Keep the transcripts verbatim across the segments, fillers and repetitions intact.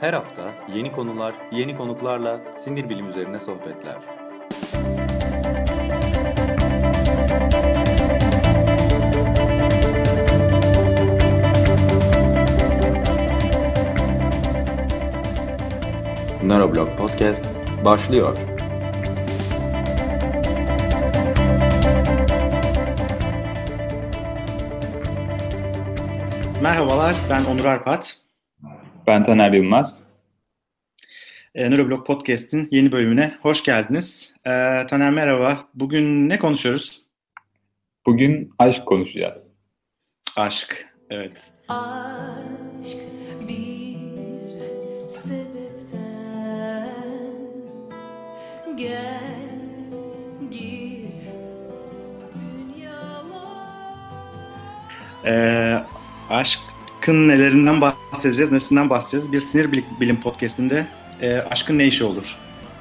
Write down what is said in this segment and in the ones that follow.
Her hafta yeni konular, yeni konuklarla sinir bilim üzerine sohbetler. Neuroblog Podcast başlıyor. Merhabalar, ben Onur Arpat. Ben Taner Yılmaz. E, Neuroblog Podcast'in yeni bölümüne hoş geldiniz. E, Taner merhaba. Bugün ne konuşuyoruz? Bugün aşk konuşacağız. Aşk, evet. Aşk bir sebepten gel gir dünyama. E, aşkın nelerinden bahsedeceğiz, nesinden bahsedeceğiz? Bir sinir bilim, bilim podcast'inde e, aşkın ne işi olur?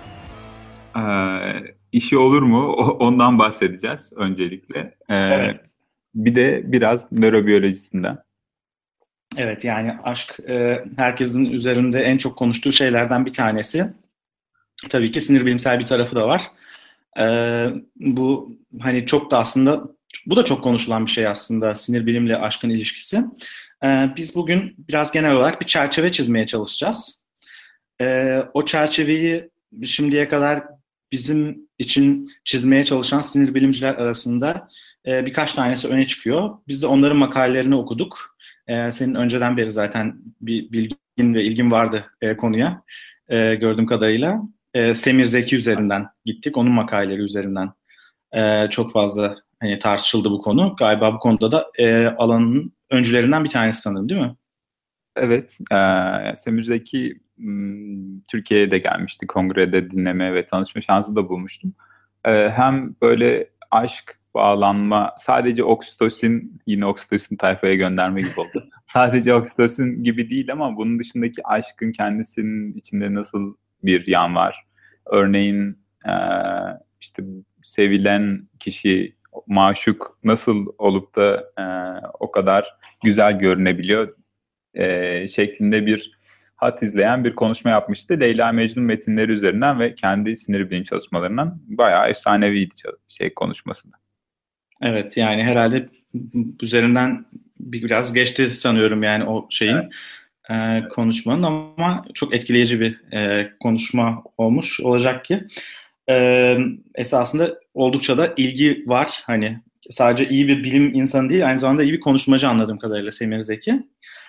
Ee, işi olur mu? O- Ondan bahsedeceğiz öncelikle. Ee, Evet. Bir de biraz nörobiyolojisinden. Evet, yani aşk e, herkesin üzerinde en çok konuştuğu şeylerden bir tanesi. Tabii ki sinir bilimsel bir tarafı da var. E, bu hani çok da aslında, bu da çok konuşulan bir şey aslında, sinir bilimle aşkın ilişkisi. E, biz bugün biraz genel olarak bir çerçeve çizmeye çalışacağız. E, o çerçeveyi şimdiye kadar bizim için çizmeye çalışan sinir bilimciler arasında e, birkaç tanesi öne çıkıyor. Biz de onların makalelerini okuduk. E, senin önceden beri zaten bir bilgin ve ilgin vardı e, konuya e, gördüğüm kadarıyla. E, Semir Zeki üzerinden gittik. Onun makaleleri üzerinden e, çok fazla hani tartışıldı bu konu. Galiba bu konuda da e, alanın öncülerinden bir tanesi sanırım, değil mi? Evet, e, Semir Zeki m, Türkiye'ye de gelmişti. Kongrede dinleme ve tanışma şansı da bulmuştum. E, hem böyle aşk, bağlanma, sadece oksitosin, yine oksitosin tayfaya gönderme gibi oldu. Sadece oksitosin gibi değil ama bunun dışındaki aşkın kendisinin içinde nasıl bir yan var? Örneğin e, işte sevilen kişi, maşuk nasıl olup da e, o kadar güzel görünebiliyor e, şeklinde bir hat izleyen bir konuşma yapmıştı. Leyla Mecnun metinleri üzerinden ve kendi sinir bilim çalışmalarından bayağı efsaneviydi şey konuşmasında. Evet, yani herhalde üzerinden biraz geçti sanıyorum yani o şeyin. Evet. E, konuşmanın, ama çok etkileyici bir e, konuşma olmuş olacak ki e, esasında oldukça da ilgi var. Hani sadece iyi bir bilim insanı değil, aynı zamanda iyi bir konuşmacı anladığım kadarıyla Semir Zeki.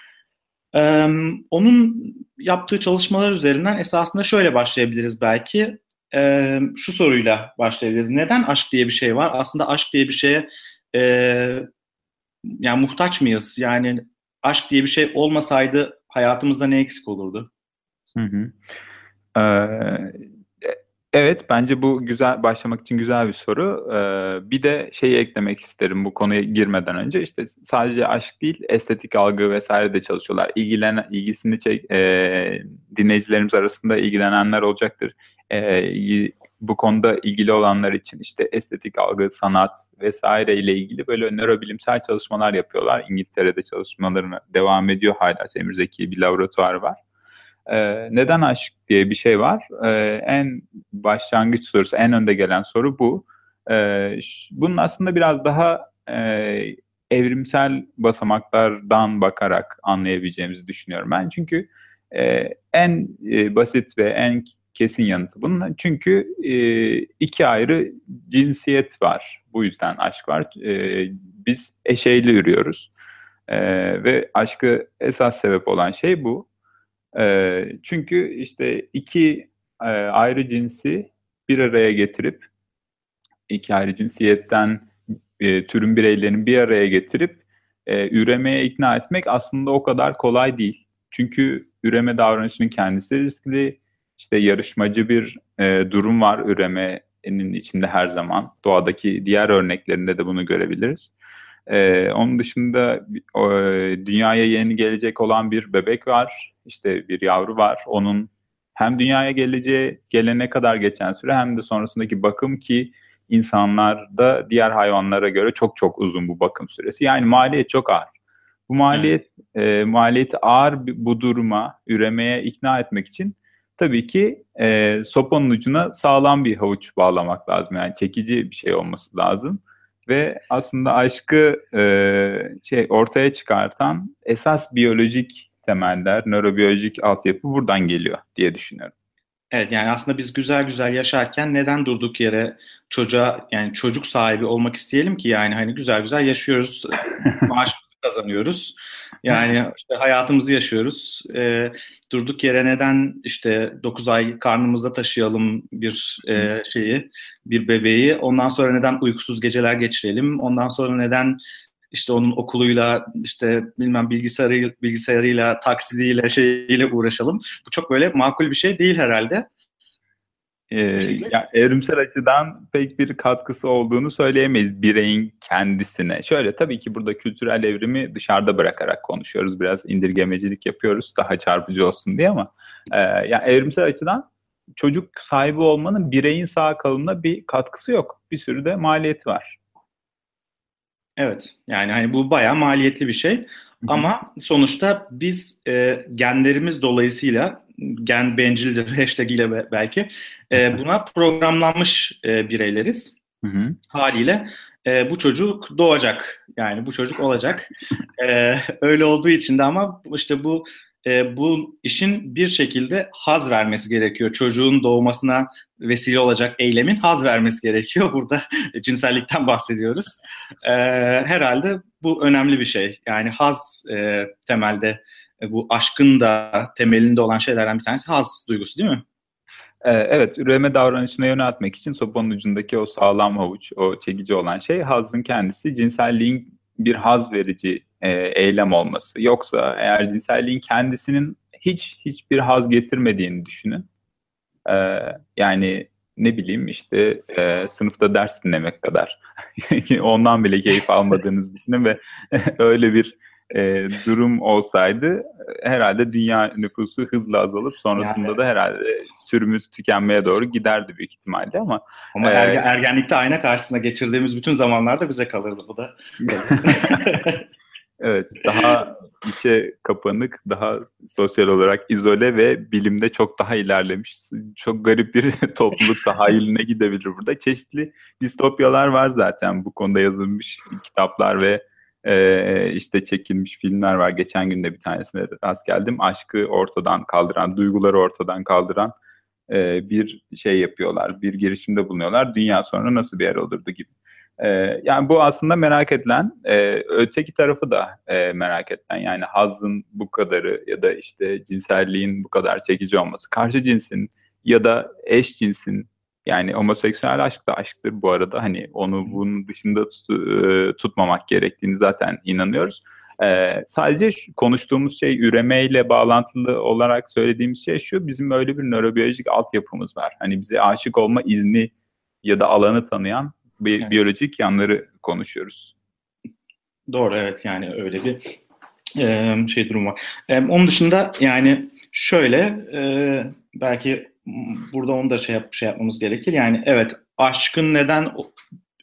E, onun yaptığı çalışmalar üzerinden esasında şöyle başlayabiliriz belki. E, şu soruyla başlayabiliriz. Neden aşk diye bir şey var? Aslında aşk diye bir şeye e, yani muhtaç mıyız? Yani aşk diye bir şey olmasaydı hayatımızda ne eksik olurdu? Hı hı. Ee, evet, bence bu güzel, başlamak için güzel bir soru. Ee, bir de şeyi eklemek isterim bu konuya girmeden önce. İşte sadece aşk değil, estetik algı vesaire de çalışıyorlar. İlgilenen, ilgisini çek, e, dinleyicilerimiz arasında ilgilenenler olacaktır. E, il- bu konuda ilgili olanlar için işte estetik algı, sanat vesaire ile ilgili böyle nörobilimsel çalışmalar yapıyorlar. İngiltere'de çalışmalarına devam ediyor hala. Semir Zeki bir laboratuvarı var. Ee, neden aşk diye bir şey var? Ee, en başlangıç sorusu, en önde gelen soru bu. Ee, ş- bunun aslında biraz daha e, evrimsel basamaklardan bakarak anlayabileceğimizi düşünüyorum ben. Çünkü e, en e, basit ve en kesin yanıtı bunun. Çünkü e, iki ayrı cinsiyet var. Bu yüzden aşk var. E, biz eşeyli ürüyoruz. E, ve aşkı esas sebep olan şey bu. E, çünkü işte iki e, ayrı cinsi bir araya getirip iki ayrı cinsiyetten e, türün bireylerini bir araya getirip e, üremeye ikna etmek aslında o kadar kolay değil. Çünkü üreme davranışının kendisi riskli. İşte yarışmacı bir e, durum var üremenin içinde her zaman. Doğadaki diğer örneklerinde de bunu görebiliriz. Ee, onun dışında o, dünyaya yeni gelecek olan bir bebek var. İşte bir yavru var. Onun hem dünyaya geleceği, gelene kadar geçen süre hem de sonrasındaki bakım ki insanlarda diğer hayvanlara göre çok çok uzun bu bakım süresi. Yani maliyet çok ağır. Bu maliyet e, maliyeti ağır bir- bu duruma, üremeye ikna etmek için tabii ki e, sopanın ucuna sağlam bir havuç bağlamak lazım. Yani çekici bir şey olması lazım. Ve aslında aşkı e, şey ortaya çıkartan esas biyolojik temeller, nörobiyolojik altyapı buradan geliyor diye düşünüyorum. Evet, yani aslında biz güzel güzel yaşarken neden durduk yere çocuğa, yani çocuk sahibi olmak isteyelim ki? Yani hani güzel güzel yaşıyoruz, maaşımızı kazanıyoruz. Yani işte hayatımızı yaşıyoruz. Ee, durduk yere neden işte dokuz ay karnımızda taşıyalım bir e, şeyi, bir bebeği. Ondan sonra neden uykusuz geceler geçirelim? Ondan sonra neden işte onun okuluyla, işte bilmem bilgisayarı, bilgisayarıyla, taksidiyle, şeyiyle uğraşalım? Bu çok böyle makul bir şey değil herhalde. Ee, ya evrimsel açıdan pek bir katkısı olduğunu söyleyemeyiz bireyin kendisine. Şöyle, tabii ki burada kültürel evrimi dışarıda bırakarak konuşuyoruz. Biraz indirgemecilik yapıyoruz daha çarpıcı olsun diye, ama e, ya evrimsel açıdan çocuk sahibi olmanın bireyin sağ kalımına bir katkısı yok. Bir sürü de maliyeti var. Evet, yani hani bu bayağı maliyetli bir şey, ama sonuçta biz e, genlerimiz dolayısıyla, gen bencildir hashtag ile belki, e, buna programlanmış e, bireyleriz. Hı hı. Haliyle e, bu çocuk doğacak, yani bu çocuk olacak. E, öyle olduğu için de ama işte bu e, bu işin bir şekilde haz vermesi gerekiyor. Çocuğun doğmasına vesile olacak eylemin haz vermesi gerekiyor. Burada cinsellikten bahsediyoruz. E, herhalde bu önemli bir şey. Yani haz e, temelde, e, bu aşkın da temelinde olan şeylerden bir tanesi haz duygusu, değil mi? Ee, Evet, üreme davranışına yöneltmek için sopanın ucundaki o sağlam havuç, o çekici olan şey hazın kendisi, cinselliğin bir haz verici e, eylem olması. Yoksa eğer cinselliğin kendisinin hiç hiçbir haz getirmediğini düşünün. Ee, yani ne bileyim işte e, sınıfta ders dinlemek kadar. Ondan bile keyif almadığınızı düşünün ve öyle bir e, durum olsaydı herhalde dünya nüfusu hızla azalıp sonrasında Yani, da herhalde türümüz tükenmeye doğru giderdi büyük ihtimalle, ama ama e, erge, ergenlikte ayna karşısına geçirdiğimiz bütün zamanlarda bize kalırdı bu da. evet, daha içe kapanık, daha sosyal olarak izole ve bilimde çok daha ilerlemiş, çok garip bir topluluk tahayyülüne gidebilir burada. Çeşitli distopyalar var zaten bu konuda, yazılmış kitaplar ve e, işte çekilmiş filmler var. Geçen gün de bir tanesine rast geldim. Aşkı ortadan kaldıran, duyguları ortadan kaldıran e, bir şey yapıyorlar, bir girişimde bulunuyorlar. Dünya sonra nasıl bir yer olurdu gibi. Ee, yani bu aslında merak edilen, e, öteki tarafı da e, merak edilen, yani hazzın bu kadarı ya da işte cinselliğin bu kadar çekici olması, karşı cinsin ya da eş cinsin, yani homoseksüel aşk da aşktır bu arada, hani onu bunun dışında tut, e, tutmamak gerektiğini zaten inanıyoruz. Ee, sadece şu, konuştuğumuz şey üremeyle bağlantılı olarak söylediğimiz şey şu: bizim öyle bir nörobiyolojik altyapımız var. Hani bize aşık olma izni ya da alanı tanıyan bir Evet. biyolojik yanları konuşuyoruz. Doğru, evet, yani öyle bir e, şey durum var. E, onun dışında yani şöyle, e, belki burada onu da şey, yap, şey yapmamız gerekir. Yani evet, aşkın neden o,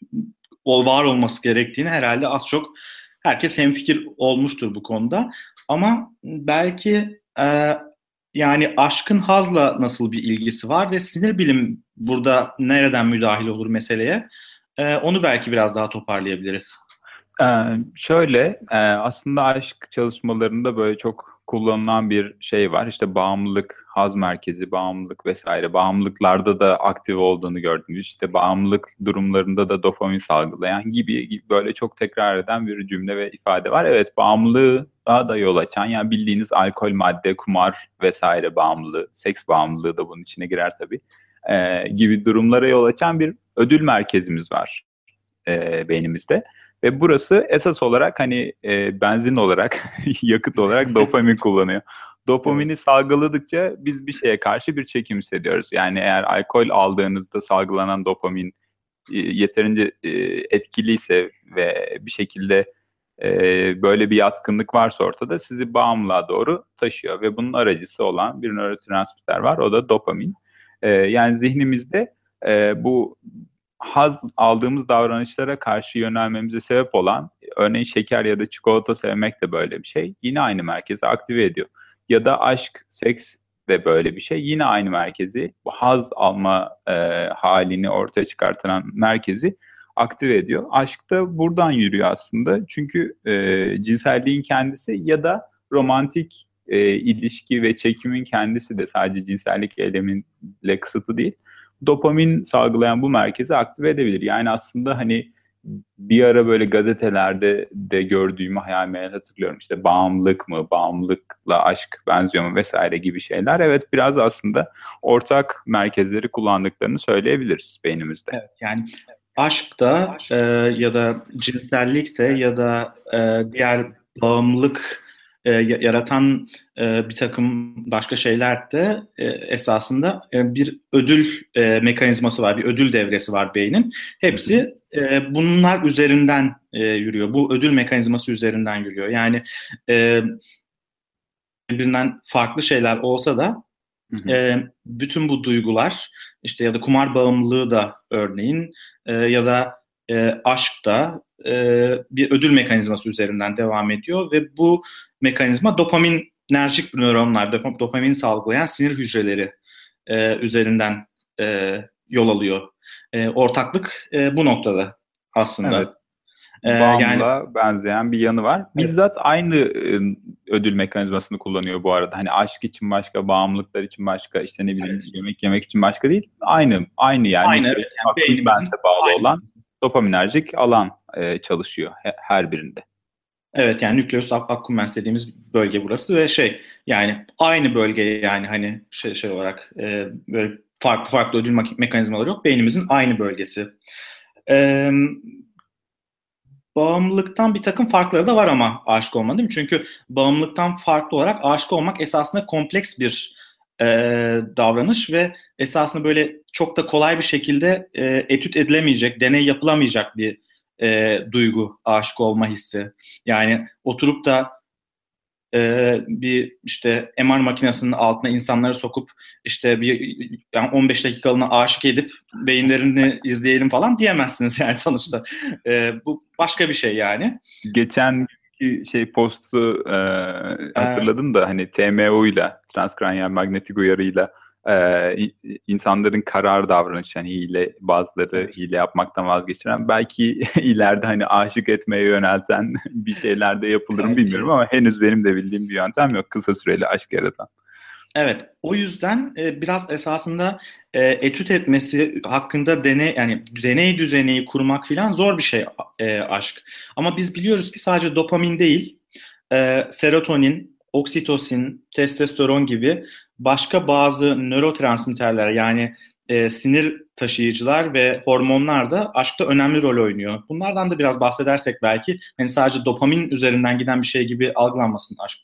o var olması gerektiğini herhalde az çok herkes hemfikir olmuştur bu konuda. Ama belki e, yani aşkın hazla nasıl bir ilgisi var ve sinir bilim burada nereden müdahil olur meseleye? E, onu belki biraz daha toparlayabiliriz. Ee, şöyle, e, aslında aşk çalışmalarında böyle çok kullanılan bir şey var. İşte bağımlılık, haz merkezi, bağımlılık vesaire. Bağımlılıklarda da aktif olduğunu gördüğümüz, işte bağımlılık durumlarında da dopamin salgılayan gibi, gibi böyle çok tekrar eden bir cümle ve ifade var. Evet, bağımlılığa da yol açan, yani bildiğiniz alkol, madde, kumar vesaire bağımlılığı, seks bağımlılığı da bunun içine girer tabii, e, gibi durumlara yol açan bir ödül merkezimiz var e, beynimizde. Ve burası esas olarak hani e, benzin olarak, yakıt olarak dopamin kullanıyor. Dopamini salgıladıkça biz bir şeye karşı bir çekim hissediyoruz. Yani eğer alkol aldığınızda salgılanan dopamin e, yeterince e, etkiliyse ve bir şekilde e, böyle bir yatkınlık varsa ortada, sizi bağımlılığa doğru taşıyor. Ve bunun aracısı olan bir nörotransmitter var, o da dopamin. E, yani zihnimizde e, bu haz aldığımız davranışlara karşı yönelmemize sebep olan, örneğin şeker ya da çikolata sevmek de böyle bir şey. Yine aynı merkezi aktive ediyor. Ya da aşk, seks de böyle bir şey. Yine aynı merkezi, bu haz alma e, halini ortaya çıkartan merkezi aktive ediyor. Aşk da buradan yürüyor aslında. Çünkü e, cinselliğin kendisi ya da romantik e, ilişki ve çekimin kendisi de sadece cinsellik eylemiyle kısıtlı değil. Dopamin salgılayan bu merkezi aktive edebilir. Yani aslında hani bir ara böyle gazetelerde de gördüğümü hayal meyal hatırlıyorum. İşte bağımlılık mı, bağımlılıkla aşk benziyor mu vesaire gibi şeyler. Evet, biraz aslında ortak merkezleri kullandıklarını söyleyebiliriz beynimizde. Evet, yani aşk da e, ya da cinsellik de ya da e, diğer bağımlılık e, yaratan e, bir takım başka şeyler de e, esasında e, bir ödül e, mekanizması var, bir ödül devresi var beynin. Hepsi e, bunlar üzerinden e, yürüyor. Bu ödül mekanizması üzerinden yürüyor. Yani e, birbirinden farklı şeyler olsa da Hı hı. e, bütün bu duygular işte ya da kumar bağımlılığı da örneğin e, ya da e, aşk da e, bir ödül mekanizması üzerinden devam ediyor ve bu mekanizma dopaminerjik nöronlar, dop- dopamin salgılayan sinir hücreleri e, üzerinden e, yol alıyor. E, ortaklık e, bu noktada aslında. Evet. E, yani Bağımlılığa benzeyen bir yanı var. Bizzat aynı e, ödül mekanizmasını kullanıyor bu arada. Hani aşk için başka, bağımlılıklar için başka, işte ne bileyim evet, yemek yemek için başka değil. Aynı, aynı yer. aynı Nükleus evet, yani akcinsel beynimizin bağlı aynı. olan dopaminerjik alan e, çalışıyor he- her birinde. Evet, yani nükleus accumbens dediğimiz bölge burası ve şey yani aynı bölge, yani hani şey şey olarak e, böyle farklı farklı ödül mak- mekanizmaları yok. Beynimizin aynı bölgesi. E, Bağımlılıktan bir takım farkları da var ama aşık olma, değil mi? Çünkü bağımlılıktan farklı olarak aşık olmak esasında kompleks bir e, davranış ve esasında böyle çok da kolay bir şekilde e, etüt edilemeyecek, deney yapılamayacak bir e, duygu, aşık olma hissi. Yani oturup da e, bir işte M R makinesinin altına insanları sokup işte bir yani on beş dakikalığına aşık edip beyinlerini izleyelim falan diyemezsiniz yani sonuçta. E, bu başka bir şey yani. Geçen günkü şey postu e, E, hatırladım da hani T M U ile, transkranyal manyetik uyarıyla e, insanların karar davranışı, hani hile, bazıları evet. hile yapmaktan vazgeçiren, belki ileride hani aşık etmeye yönelten bir şeyler de yapılır mı Belki. bilmiyorum ama henüz benim de bildiğim bir yöntem yok kısa süreli aşk yaratan. Evet, o yüzden e, biraz esasında e, etüt etmesi hakkında deney yani deney düzeneyi kurmak filan zor bir şey e, aşk. Ama biz biliyoruz ki sadece dopamin değil, e, serotonin, oksitosin, testosteron gibi başka bazı nörotransmitterler yani e, sinir taşıyıcılar ve hormonlar da aşkta önemli rol oynuyor. Bunlardan da biraz bahsedersek belki hani sadece dopamin üzerinden giden bir şey gibi algılanmasın aşk.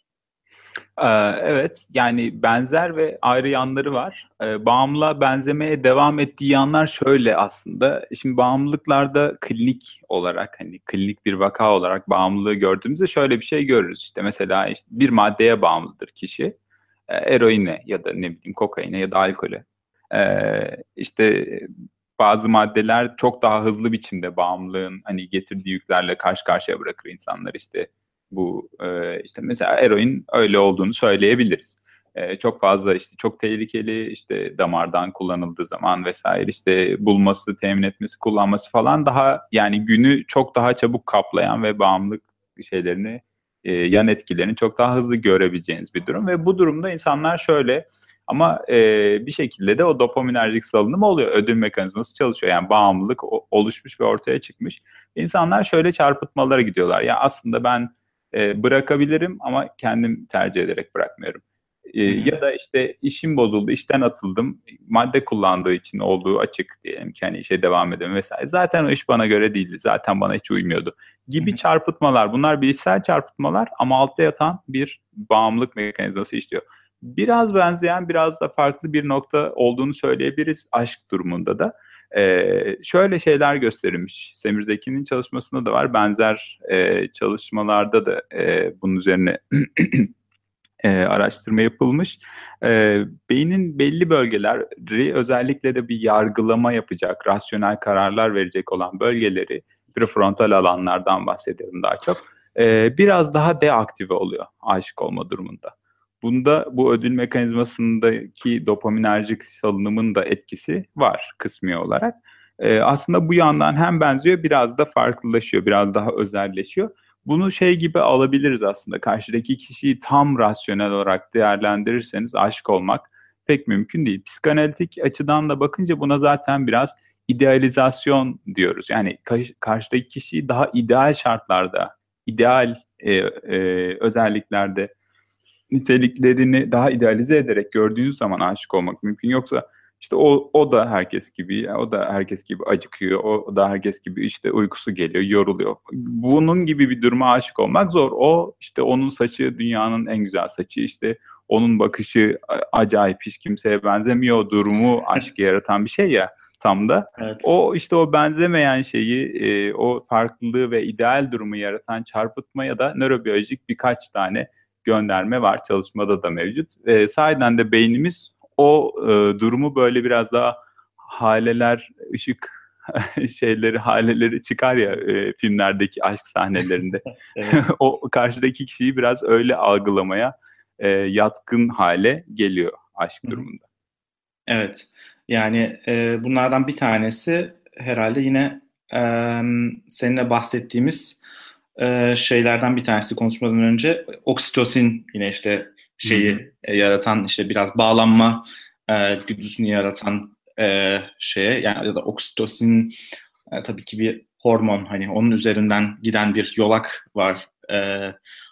Ee, Evet, yani benzer ve ayrı yanları var. Ee, bağımlılığa benzemeye devam ettiği yanlar şöyle aslında. Şimdi bağımlılıklarda klinik olarak, hani klinik bir vaka olarak bağımlılığı gördüğümüzde şöyle bir şey görürüz. İşte mesela işte bir maddeye bağımlıdır kişi. Ee, eroine ya da ne bileyim kokaine ya da alkole. Ee, işte bazı maddeler çok daha hızlı biçimde bağımlılığın hani getirdiği yüklerle karşı karşıya bırakır insanları. İşte bu e, işte mesela eroin öyle olduğunu söyleyebiliriz. E, çok fazla işte çok tehlikeli, işte damardan kullanıldığı zaman vesaire, işte bulması, temin etmesi, kullanması falan daha yani günü çok daha çabuk kaplayan ve bağımlılık şeylerini, e, yan etkilerini çok daha hızlı görebileceğiniz bir durum ve bu durumda insanlar şöyle, ama e, bir şekilde de o dopaminerjik salınım oluyor. Ödül mekanizması çalışıyor. Yani bağımlılık o- oluşmuş ve ortaya çıkmış. İnsanlar şöyle çarpıtmalara gidiyorlar. Ya aslında ben e, bırakabilirim ama kendim tercih ederek bırakmıyorum. E, Hı hı. ya da işte işim bozuldu, işten atıldım, madde kullandığı için olduğu açık, diyelim ki hani işe devam edemem vesaire. Zaten o iş bana göre değildi, zaten bana hiç uymuyordu Hı gibi hı. çarpıtmalar. Bunlar bilişsel çarpıtmalar ama altta yatan bir bağımlılık mekanizması işliyor. Biraz benzeyen, biraz da farklı bir nokta olduğunu söyleyebiliriz aşk durumunda da. Ee, şöyle şeyler gösterilmiş. Semir Zeki'nin çalışmasında da var. Benzer e, çalışmalarda da e, bunun üzerine e, araştırma yapılmış. E, beynin belli bölgeleri, özellikle de bir yargılama yapacak, rasyonel kararlar verecek olan bölgeleri, prefrontal alanlardan bahsediyorum daha çok, e, biraz daha deaktive oluyor aşık olma durumunda. Bunda bu ödül mekanizmasındaki dopaminerjik salınımın da etkisi var kısmi olarak. E, aslında bu yandan hem benziyor, biraz da farklılaşıyor, biraz daha özelleşiyor. Bunu şey gibi alabiliriz aslında. Karşıdaki kişiyi tam rasyonel olarak değerlendirirseniz aşık olmak pek mümkün değil. Psikanalitik açıdan da bakınca buna zaten biraz idealizasyon diyoruz. Yani karşıdaki kişiyi daha ideal şartlarda, ideal e, e, özelliklerde, niteliklerini daha idealize ederek gördüğünüz zaman aşık olmak mümkün. Yoksa işte o, o da herkes gibi, o da herkes gibi acıkıyor, o da herkes gibi işte uykusu geliyor, yoruluyor. Bunun gibi bir duruma aşık olmak zor. O işte onun saçı dünyanın en güzel saçı, işte onun bakışı acayip, hiç kimseye benzemiyor durumu aşkı yaratan bir şey ya tam da. Evet. O işte o benzemeyen şeyi, e, o farklılığı ve ideal durumu yaratan çarpıtma ya da nörobiyolojik birkaç tane gönderme var, çalışmada da mevcut. E, sahiden de beynimiz o e, durumu böyle biraz daha haleler, ışık şeyleri, haleleri çıkar ya e, filmlerdeki aşk sahnelerinde. O karşıdaki kişiyi biraz öyle algılamaya e, yatkın hale geliyor aşk Hı-hı. durumunda. Evet. Yani e, bunlardan bir tanesi herhalde yine e, seninle bahsettiğimiz e, şeylerden bir tanesi konuşmadan önce oksitosin, yine işte şeyi e, yaratan, işte biraz bağlanma e, güdüsünü yaratan e, şeye, yani ya da oksitosin e, tabii ki bir hormon, hani onun üzerinden giden bir yolak var. E,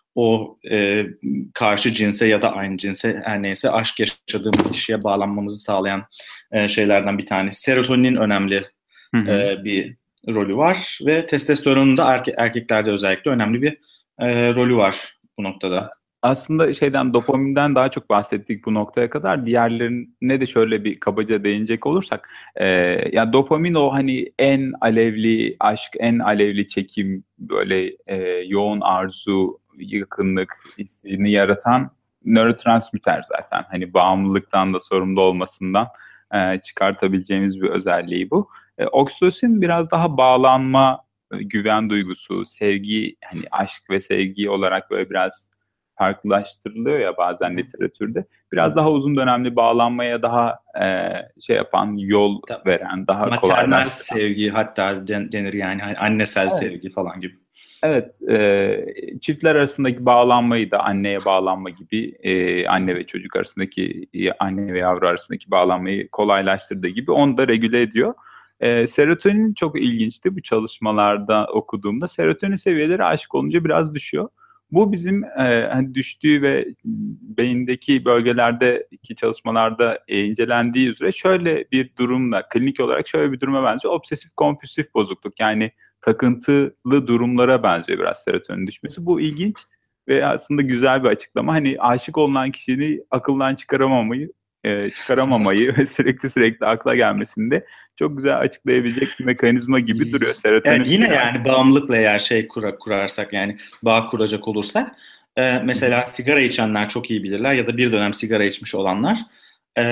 o e, karşı cinse ya da aynı cinse, her neyse, aşk yaşadığımız kişiye bağlanmamızı sağlayan e, şeylerden bir tanesi. Serotoninin önemli Hı hı. e, bir rolü var ve testosteronun da erke- erkeklerde özellikle önemli bir e, rolü var bu noktada. Aslında şeyden, dopaminden daha çok bahsettik bu noktaya kadar. Diğerlerine de şöyle bir kabaca değinecek olursak, e, ya dopamin o hani en alevli aşk, en alevli çekim, böyle e, yoğun arzu, yakınlık hissini yaratan nörotransmitter zaten. Hani bağımlılıktan da sorumlu olmasından e, çıkartabileceğimiz bir özelliği bu. E, oksitosin biraz daha bağlanma, güven duygusu, sevgi, hani aşk ve sevgi olarak böyle biraz farklılaştırılıyor ya bazen literatürde. Biraz daha uzun dönemli bağlanmaya daha e, şey yapan, yol veren, daha maternal kolaylaştıran. sevgi hatta denir, yani annesel Evet. sevgi falan gibi. Evet, e, çiftler arasındaki bağlanmayı da, anneye bağlanma gibi, e, anne ve çocuk arasındaki, anne ve yavru arasındaki bağlanmayı kolaylaştırdığı gibi onu da regüle ediyor. E, serotonin çok ilginçti bu çalışmalarda okuduğumda. Serotonin seviyeleri aşık olunca biraz düşüyor. Bu bizim e, hani düştüğü ve beyindeki bölgelerdeki çalışmalarda e, incelendiği üzere şöyle bir durumla, klinik olarak şöyle bir duruma benziyor. Obsesif kompulsif bozukluk, yani takıntılı durumlara benziyor biraz serotonin düşmesi. Bu ilginç ve aslında güzel bir açıklama. Hani aşık olunan kişinin akıldan çıkaramamayı, e, çıkaramamayı ve sürekli sürekli akla gelmesini de çok güzel açıklayabilecek bir mekanizma gibi duruyor. Serotonin Yani yine biraz... yani bağımlılıkla eğer şey kur, kurarsak, yani bağ kuracak olursak, e, mesela Hı-hı. sigara içenler çok iyi bilirler ya da bir dönem sigara içmiş olanlar, e,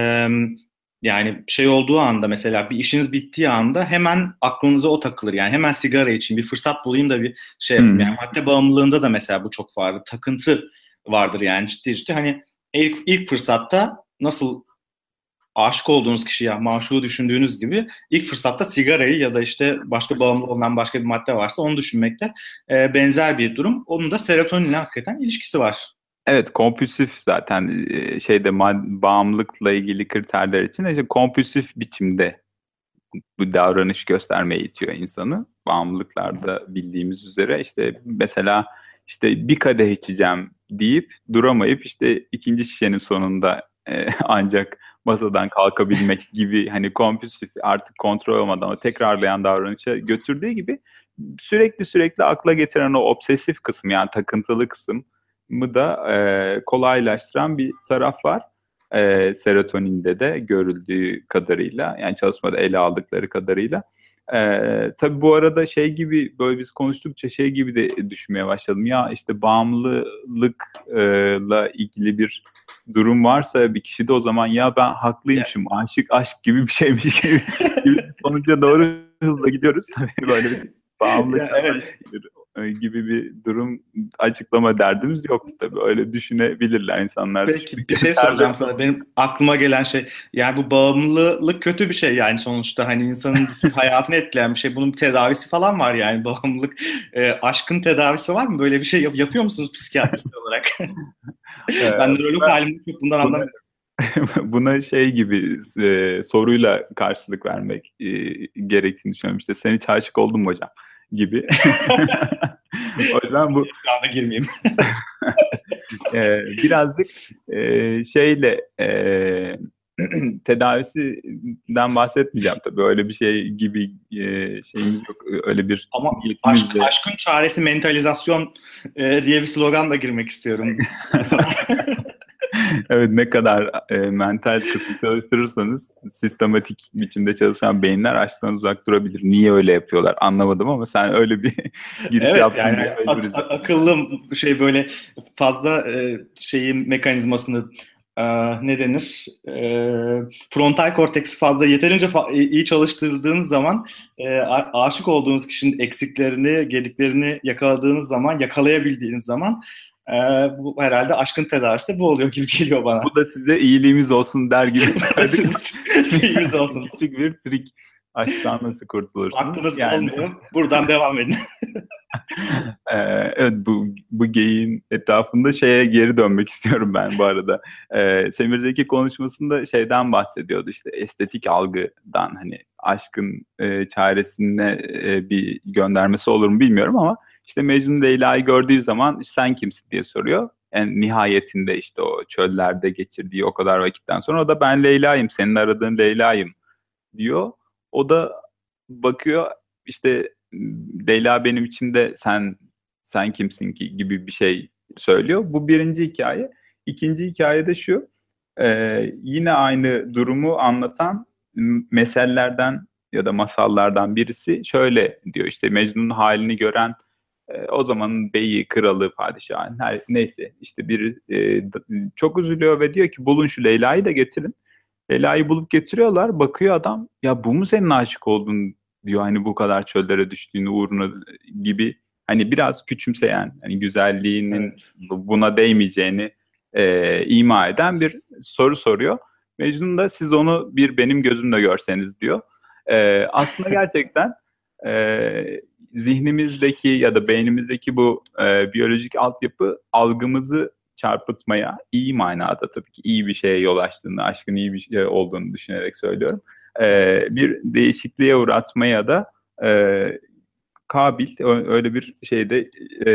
yani şey olduğu anda, mesela bir işiniz bittiği anda hemen aklınıza o takılır. Yani hemen sigara için bir fırsat bulayım da bir şey yapayım. Yani madde bağımlılığında da mesela bu çok vardır. Takıntı vardır yani, ciddi ciddi. Hani ilk, ilk fırsatta nasıl aşık olduğunuz kişiye maşuğu düşündüğünüz gibi ilk fırsatta sigarayı ya da işte başka bağımlı olan başka bir madde varsa onu düşünmekte e, benzer bir durum. Onun da serotoninle hakikaten ilişkisi var. Evet, kompulsif zaten e, şeyde bağımlılıkla ilgili kriterler için işte kompulsif biçimde bu davranış göstermeye itiyor insanı. Bağımlılıklarda bildiğimiz üzere işte mesela işte bir kadeh içeceğim deyip duramayıp işte ikinci şişenin sonunda e, ancak masadan kalkabilmek gibi, hani kompulsif, artık kontrol olmadan o tekrarlayan davranışa götürdüğü gibi sürekli sürekli akla getiren o obsesif kısım, yani takıntılı kısım mı da e, kolaylaştıran bir taraf var. E, serotoninde de görüldüğü kadarıyla, yani çalışmada ele aldıkları kadarıyla. Ee, tabii bu arada şey gibi böyle biz konuştukça şey gibi de düşünmeye başladım. Ya işte bağımlılıkla ilgili bir durum varsa bir kişide o zaman ya ben haklıymışım, aşık aşk gibi bir şeymiş gibi, gibi bir sonuca doğru hızla gidiyoruz. Tabii böyle bir bağımlılık Ya, evet. gibi bir durum açıklama derdimiz yoktu tabii. Öyle düşünebilirler insanlar. Peki bir şey soracağım sana. Benim aklıma gelen şey, yani bu bağımlılık kötü bir şey yani sonuçta, hani insanın hayatını etkileyen bir şey. Bunun bir tedavisi falan var yani bağımlılık. E, aşkın tedavisi var mı? Böyle bir şey yap- yapıyor musunuz psikiyatrist olarak? Ben nörolog halimde çok bundan anlamıyorum. Buna şey gibi e, soruyla karşılık vermek e, gerektiğini düşünüyorum. İşte sen hiç aşık oldun mu hocam gibi. O yüzden bu Şu anda girmeyeyim. e, birazcık e, şeyle e, tedavisinden bahsetmeyeceğim tabii. Öyle bir şey gibi e, şeyimiz yok. Öyle bir Ama niyetimiz aşk, de- aşkın çaresi mentalizasyon e, diye bir slogan da girmek istiyorum. Evet, ne kadar e, mental kısmı çalıştırırsanız sistematik biçimde çalışan beyinler aşktan uzak durabilir. Niye öyle yapıyorlar anlamadım ama sen öyle bir giriş Evet yaptın yani diye ak- mecburuz. ak- akıllı şey, böyle fazla e, şeyin mekanizmasını, e, ne denir? E, frontal korteksi fazla yeterince fa- iyi çalıştırdığınız zaman, e, a- aşık olduğunuz kişinin eksiklerini, gediklerini yakaladığınız zaman, yakalayabildiğiniz zaman, e, bu herhalde aşkın tedavisi de bu oluyor gibi geliyor bana. Bu da size iyiliğimiz olsun der gibi söyledik. Şeyimiz olsun. Küçük bir trik. Aşktan nasıl kurtulursunuz? Baktınız Yani olmuyor. Buradan devam edin. Ee, evet, bu bu geyiğin etrafında şeye geri dönmek istiyorum ben bu arada. Ee, Semir Zeki konuşmasında şeyden bahsediyordu, işte estetik algıdan, hani aşkın e, çaresine e, bir göndermesi olur mu bilmiyorum ama işte Mecnun Leyla'yı gördüğü zaman sen kimsin diye soruyor. En nihayetinde işte o çöllerde geçirdiği o kadar vakitten sonra o da ben Leyla'yım, senin aradığın Leyla'yım diyor. O da bakıyor, işte Leyla benim içimde, sen sen kimsin ki gibi bir şey söylüyor. Bu birinci hikaye. İkinci hikaye de şu. e, yine aynı durumu anlatan mesellerden ya da masallardan birisi şöyle diyor. İşte Mecnun'un halini gören e, o zamanın beyi, kralı, padişahı, her neyse işte biri e, çok üzülüyor ve diyor ki bulun şu Leyla'yı da getirin. Leyla'yı bulup getiriyorlar. Bakıyor adam, ya bu mu senin aşık olduğun diyor. Hani bu kadar çöllere düştüğünü uğruna gibi, hani biraz küçümseyen, hani güzelliğinin Evet. buna değmeyeceğini e, ima eden bir soru soruyor. Mecnun da siz onu bir benim gözümle görseniz diyor. E, aslında gerçekten e, zihnimizdeki ya da beynimizdeki bu e, biyolojik altyapı algımızı çarpıtmaya, iyi manada tabii ki iyi bir şeye yol açtığını, aşkın iyi bir şey olduğunu düşünerek söylüyorum. Ee, bir değişikliğe uğratmaya da e, kabil, öyle bir şeyde e,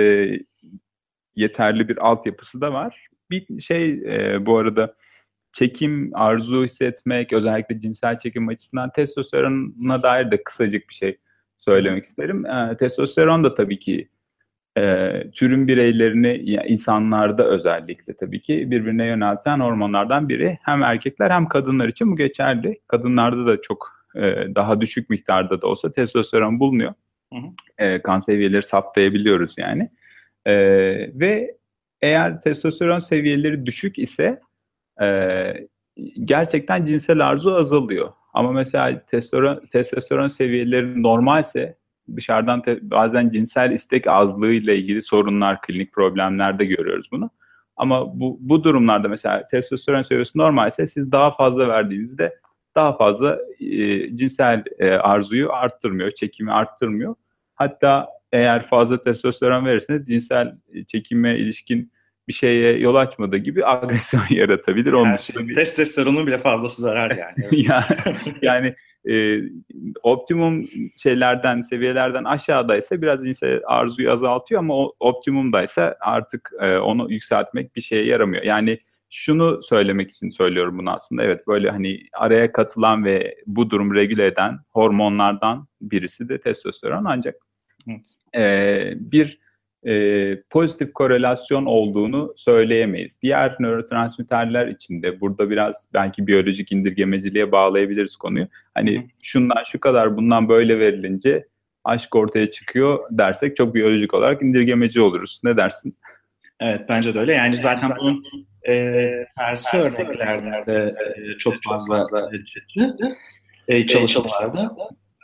yeterli bir altyapısı da var. Bir şey e, bu arada çekim, arzu hissetmek, özellikle cinsel çekim açısından testosterona dair de kısacık bir şey söylemek isterim. E, testosteron da tabii ki e, türün bireylerini, yani insanlarda özellikle tabii ki birbirine yönelten hormonlardan biri. Hem erkekler hem kadınlar için bu geçerli. Kadınlarda da çok e, daha düşük miktarda da olsa testosteron bulunuyor. Hı hı. E, kan seviyeleri saptayabiliyoruz yani. E, ve eğer testosteron seviyeleri düşük ise e, gerçekten cinsel arzu azalıyor. Ama mesela testosteron, testosteron seviyeleri normalse dışarıdan te- bazen cinsel istek azlığı ile ilgili sorunlar, klinik problemlerde görüyoruz bunu. Ama bu, bu durumlarda mesela testosteron seviyesi normalse siz daha fazla verdiğinizde daha fazla e, cinsel e, arzuyu arttırmıyor, çekimi arttırmıyor. Hatta eğer fazla testosteron verirseniz cinsel çekime ilişkin bir şeye yol açmadığı gibi agresyon yaratabilir. Onun Her dışında şey, bir testosteronun bile fazlası zarar yani. Evet. ya, yani e, optimum şeylerden, seviyelerden aşağıdaysa biraz cinsel arzuyu azaltıyor ama o optimumdaysa artık e, onu yükseltmek bir şeye yaramıyor. Yani şunu söylemek için söylüyorum bunu aslında. Evet, böyle hani araya katılan ve bu durum regüle eden hormonlardan birisi de testosteron, ancak Evet. e, bir e, pozitif korelasyon olduğunu söyleyemeyiz. Diğer nörotransmitterler için de burada biraz belki biyolojik indirgemeciliğe bağlayabiliriz konuyu. Hani şundan şu kadar bundan böyle verilince aşk ortaya çıkıyor dersek çok biyolojik olarak indirgemeci oluruz. Ne dersin? Evet, bence de öyle. Yani zaten bunun e, tersi örneklerde de e, çok fazla e, çalışmalarda.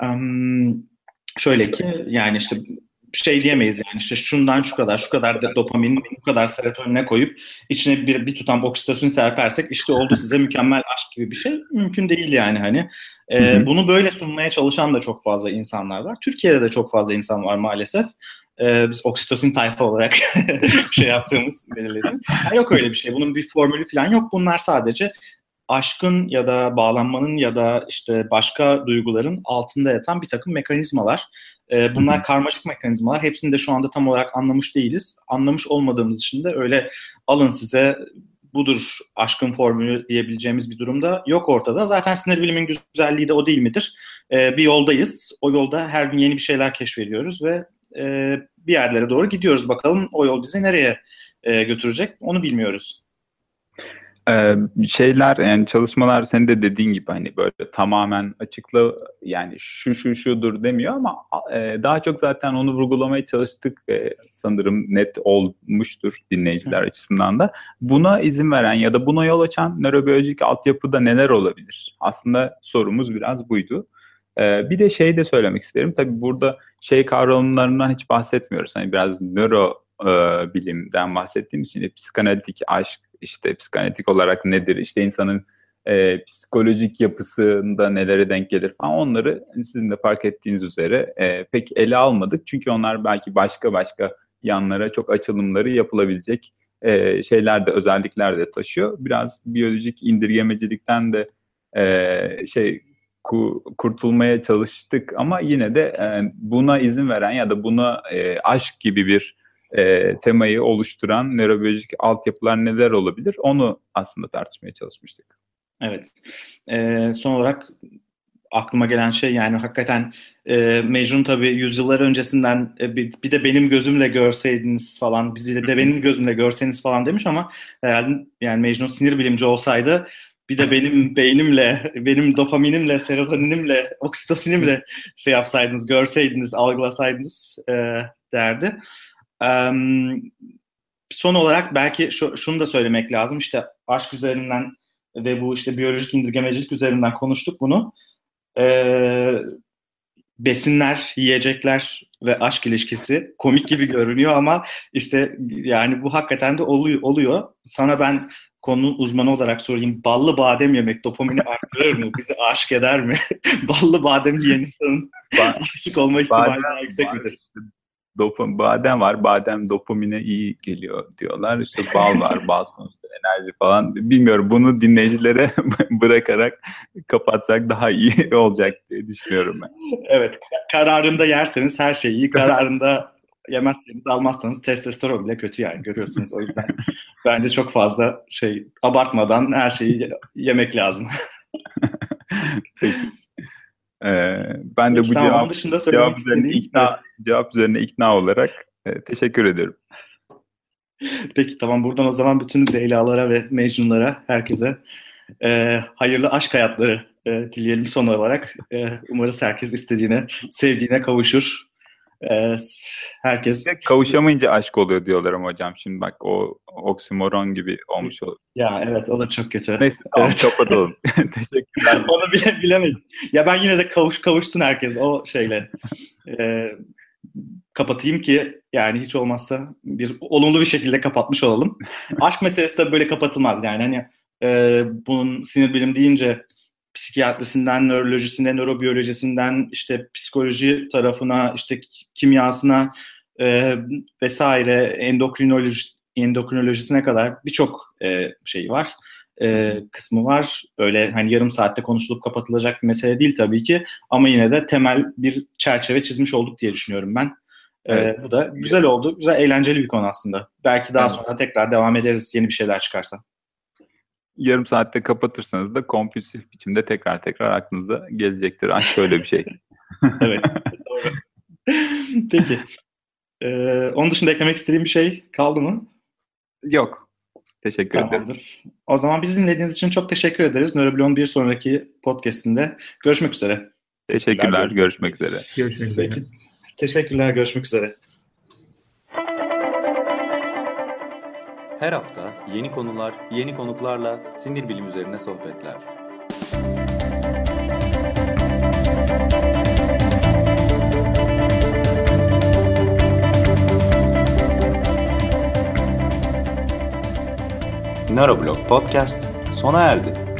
Um, şöyle ki yani işte şey diyemeyiz yani işte şundan şu kadar, şu kadar da dopamin, bu kadar serotonine koyup içine bir, bir tutam oksitosin serpersek işte oldu size mükemmel aşk gibi bir şey. Mümkün değil yani hani. E, bunu böyle sunmaya çalışan da çok fazla insanlar var. Türkiye'de de çok fazla insan var maalesef. Ee, biz oksitosin tayfa olarak şey yaptığımız, belirlediğimiz. Yani yok öyle bir şey. Bunun bir formülü falan yok. Bunlar sadece aşkın ya da bağlanmanın ya da işte başka duyguların altında yatan bir takım mekanizmalar. Ee, bunlar Hı-hı. karmaşık mekanizmalar. Hepsini de şu anda tam olarak anlamış değiliz. Anlamış olmadığımız için de öyle alın size budur aşkın formülü diyebileceğimiz bir durumda yok ortada. Zaten sinir bilimin güzelliği de o değil midir? Ee, bir yoldayız. O yolda her gün yeni bir şeyler keşfediyoruz ve e, bir yerlere doğru gidiyoruz. Bakalım o yol bizi nereye e, götürecek onu bilmiyoruz. Ee, şeyler yani çalışmalar senin de dediğin gibi hani böyle tamamen açıkla yani şu şu şudur demiyor ama e, daha çok zaten onu vurgulamaya çalıştık ve sanırım net olmuştur dinleyiciler Hı. açısından da. Buna izin veren ya da buna yol açan nörobiyolojik altyapıda neler olabilir? Aslında sorumuz biraz buydu. Ee, bir de şey de söylemek isterim. Tabii burada şey kavramlarından hiç bahsetmiyoruz. Hani biraz nöro e, bilimden bahsettiğimiz için de psikanalitik aşk, işte psikanalitik olarak nedir, işte insanın e, psikolojik yapısında nelere denk gelir falan onları sizin de fark ettiğiniz üzere e, pek ele almadık. Çünkü onlar belki başka başka yanlara çok açılımları yapılabilecek e, şeyler de özellikler de taşıyor. Biraz biyolojik indirgemecilikten de e, şey ku, kurtulmaya çalıştık ama yine de e, buna izin veren ya da buna e, aşk gibi bir E, temayı oluşturan nörobiyolojik altyapılar neler olabilir? Onu aslında tartışmaya çalışmıştık. Evet. E, son olarak aklıma gelen şey yani hakikaten e, Mecnun tabii yüzyıllar öncesinden e, bir, bir de benim gözümle görseydiniz falan, bizi de benim gözümle görseniz falan demiş ama herhalde yani Mecnun sinir bilimci olsaydı bir de benim beynimle, benim dopaminimle, serotoninimle, oksitosinimle şey yapsaydınız, görseydiniz, algılasaydınız e, derdi. Um, son olarak belki şu, şunu da söylemek lazım. İşte aşk üzerinden ve bu işte biyolojik indirgemecilik üzerinden konuştuk bunu. Ee, besinler, yiyecekler ve aşk ilişkisi komik gibi görünüyor ama işte yani bu hakikaten de oluyor. oluyor. Sana ben konunun uzmanı olarak sorayım. Ballı badem yemek dopamini arttırır mı? Bizi aşık eder mi? Ballı badem yiyen insanın aşık olma ihtimali daha yüksek midir? Dopam, badem var. Badem dopamine iyi geliyor diyorlar. İşte bal var. Bal sonuçta enerji falan. Bilmiyorum. Bunu dinleyicilere bırakarak kapatsak daha iyi olacak diye düşünüyorum ben. Evet. Kararında yerseniz her şey iyi. Kararında yemezseniz, almazsanız testosteron bile kötü yani. Görüyorsunuz. O yüzden bence çok fazla şey abartmadan her şeyi yemek lazım. Peki. Ee, ben Peki, de bu tamam, cevap, dışında cevap, üzerine ikna, evet. cevap üzerine ikna olarak e, teşekkür ederim. Peki tamam, buradan o zaman bütün Leyla'lara ve Mecnun'lara, herkese e, hayırlı aşk hayatları e, dileyelim son olarak. E, umarız herkes istediğine, sevdiğine kavuşur. E, herkes... Kavuşamayınca aşk oluyor diyorlar ama hocam. Şimdi bak o oksimoron gibi olmuş olur. Ya evet, o da çok kötü. Neyse tamam, evet. kapatalım. Teşekkürler. Onu bile bilemedim. Ya ben yine de kavuş kavuşsun herkes o şeyle. E, kapatayım ki yani hiç olmazsa bir olumlu bir şekilde kapatmış olalım. Aşk meselesi tabii böyle kapatılmaz yani hani e, bunun sinir bilim deyince psikiyatrisinden, nörolojisine, nörobiyolojisinden işte psikoloji tarafına, işte kimyasına e, vesaire endokrinoloji, endokrinolojisine kadar birçok e, şey var. E, kısmı var. Öyle hani yarım saatte konuşulup kapatılacak bir mesele değil tabii ki. Ama yine de temel bir çerçeve çizmiş olduk diye düşünüyorum ben. Evet. E, bu da güzel oldu. Güzel, eğlenceli bir konu aslında. Belki daha evet. sonra tekrar devam ederiz yeni bir şeyler çıkarsa. Yarım saatte kapatırsanız da kompulsif biçimde tekrar tekrar aklınıza gelecektir. Aşk öyle bir şey. Evet. Doğru. Peki. Ee, onun dışında eklemek istediğim bir şey kaldı mı? Yok. Teşekkür ederim. Tamamdır. O zaman bizi dinlediğiniz için çok teşekkür ederiz. Nöroblog'un bir sonraki podcast'inde görüşmek üzere. Teşekkürler. Görüşmek üzere. Görüşmek üzere. Peki. Teşekkürler. Görüşmek üzere. Her hafta yeni konular, yeni konuklarla sinir bilim üzerine sohbetler. Nöroblog Podcast sona erdi.